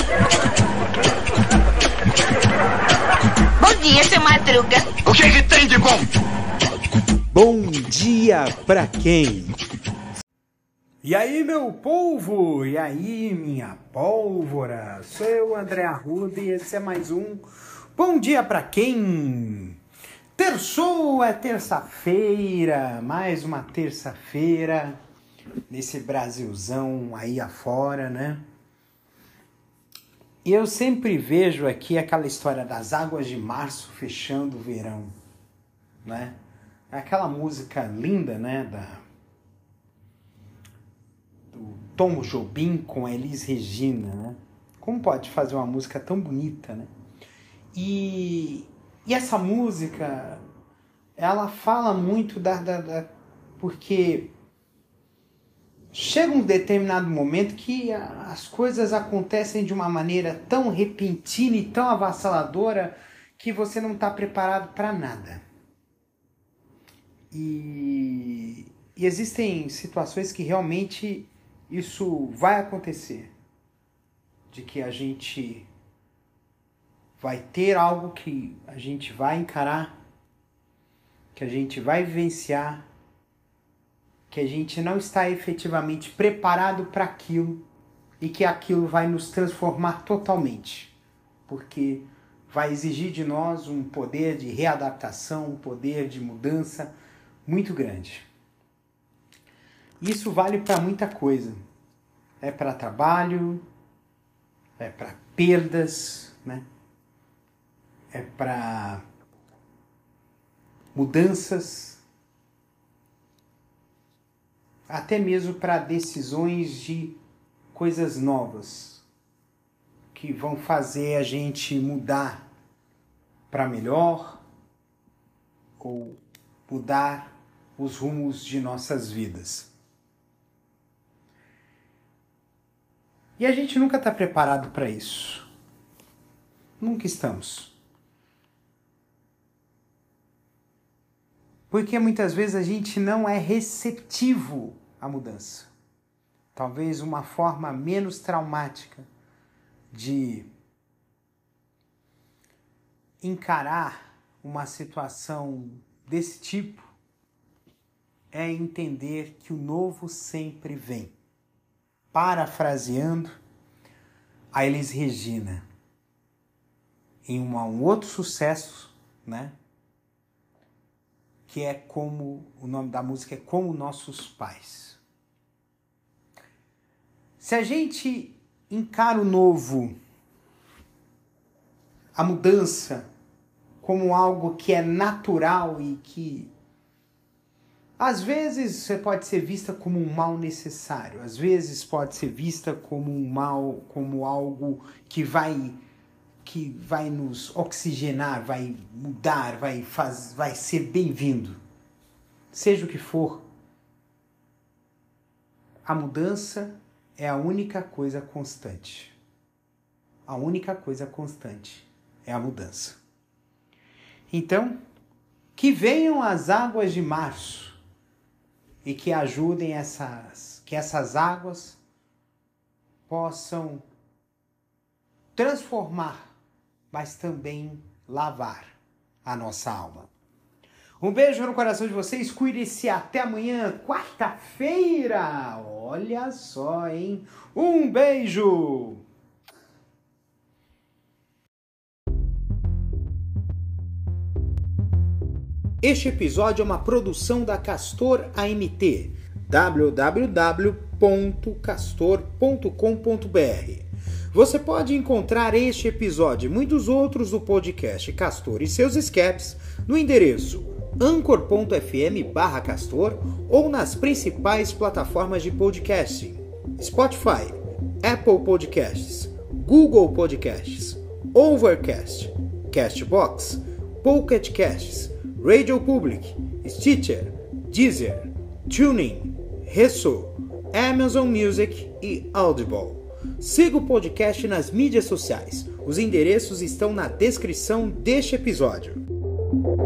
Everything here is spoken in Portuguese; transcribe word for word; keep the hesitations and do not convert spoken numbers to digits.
Bom dia, seu Madruga. O que, que tem de bom? Bom dia pra quem? E aí, meu polvo? E aí, minha pólvora? Sou eu, André Arruda, e esse é mais um Bom Dia Pra Quem? Terçou, é terça-feira, mais uma terça-feira nesse Brasilzão aí afora, né? E eu sempre vejo aqui aquela história das águas de março fechando o verão, né? Aquela música linda, né, da, do Tom Jobim com a Elis Regina, né? Como pode fazer uma música tão bonita, né? E, e essa música, ela fala muito da, da, da... Porque chega um determinado momento que as coisas acontecem de uma maneira tão repentina e tão avassaladora que você não está preparado para nada. E, e existem situações que realmente isso vai acontecer. De que a gente vai ter algo que a gente vai encarar, que a gente vai vivenciar, que a gente não está efetivamente preparado para aquilo e que aquilo vai nos transformar totalmente. Porque vai exigir de nós um poder de readaptação, um poder de mudança muito grande. Isso vale para muita coisa. É para trabalho, é para perdas, né? É para mudanças, até mesmo para decisões de coisas novas que vão fazer a gente mudar para melhor ou mudar os rumos de nossas vidas. E a gente nunca está preparado para isso. Nunca estamos. Porque muitas vezes a gente não é receptivo à mudança. Talvez uma forma menos traumática de encarar uma situação desse tipo é entender que o novo sempre vem. Parafraseando a Elis Regina em uma, um outro sucesso, né? Que é como, o nome da música é Como Nossos Pais. Se a gente encara o novo, a mudança, como algo que é natural e que às vezes você pode ser vista como um mal necessário, às vezes pode ser vista como um mal, como algo que vai, que vai nos oxigenar, vai mudar, vai, faz, vai ser bem-vindo. Seja o que for, a mudança é a única coisa constante. A única coisa constante é a mudança. Então, que venham as águas de março e que ajudem essas, que essas águas possam transformar, mas também lavar a nossa alma. Um beijo no coração de vocês, cuide-se, até amanhã, quarta-feira. Olha só, hein? Um beijo! Este episódio é uma produção da Castor A M T, w w w ponto castor ponto com ponto b r. Você pode encontrar este episódio e muitos outros do podcast Castor e seus escapes no endereço anchor ponto f m barra castor ou nas principais plataformas de podcasting: Spotify, Apple Podcasts, Google Podcasts, Overcast, Castbox, Pocket Casts, Radio Public, Stitcher, Deezer, TuneIn, Resso, Amazon Music e Audible. Siga o podcast nas mídias sociais. Os endereços estão na descrição deste episódio.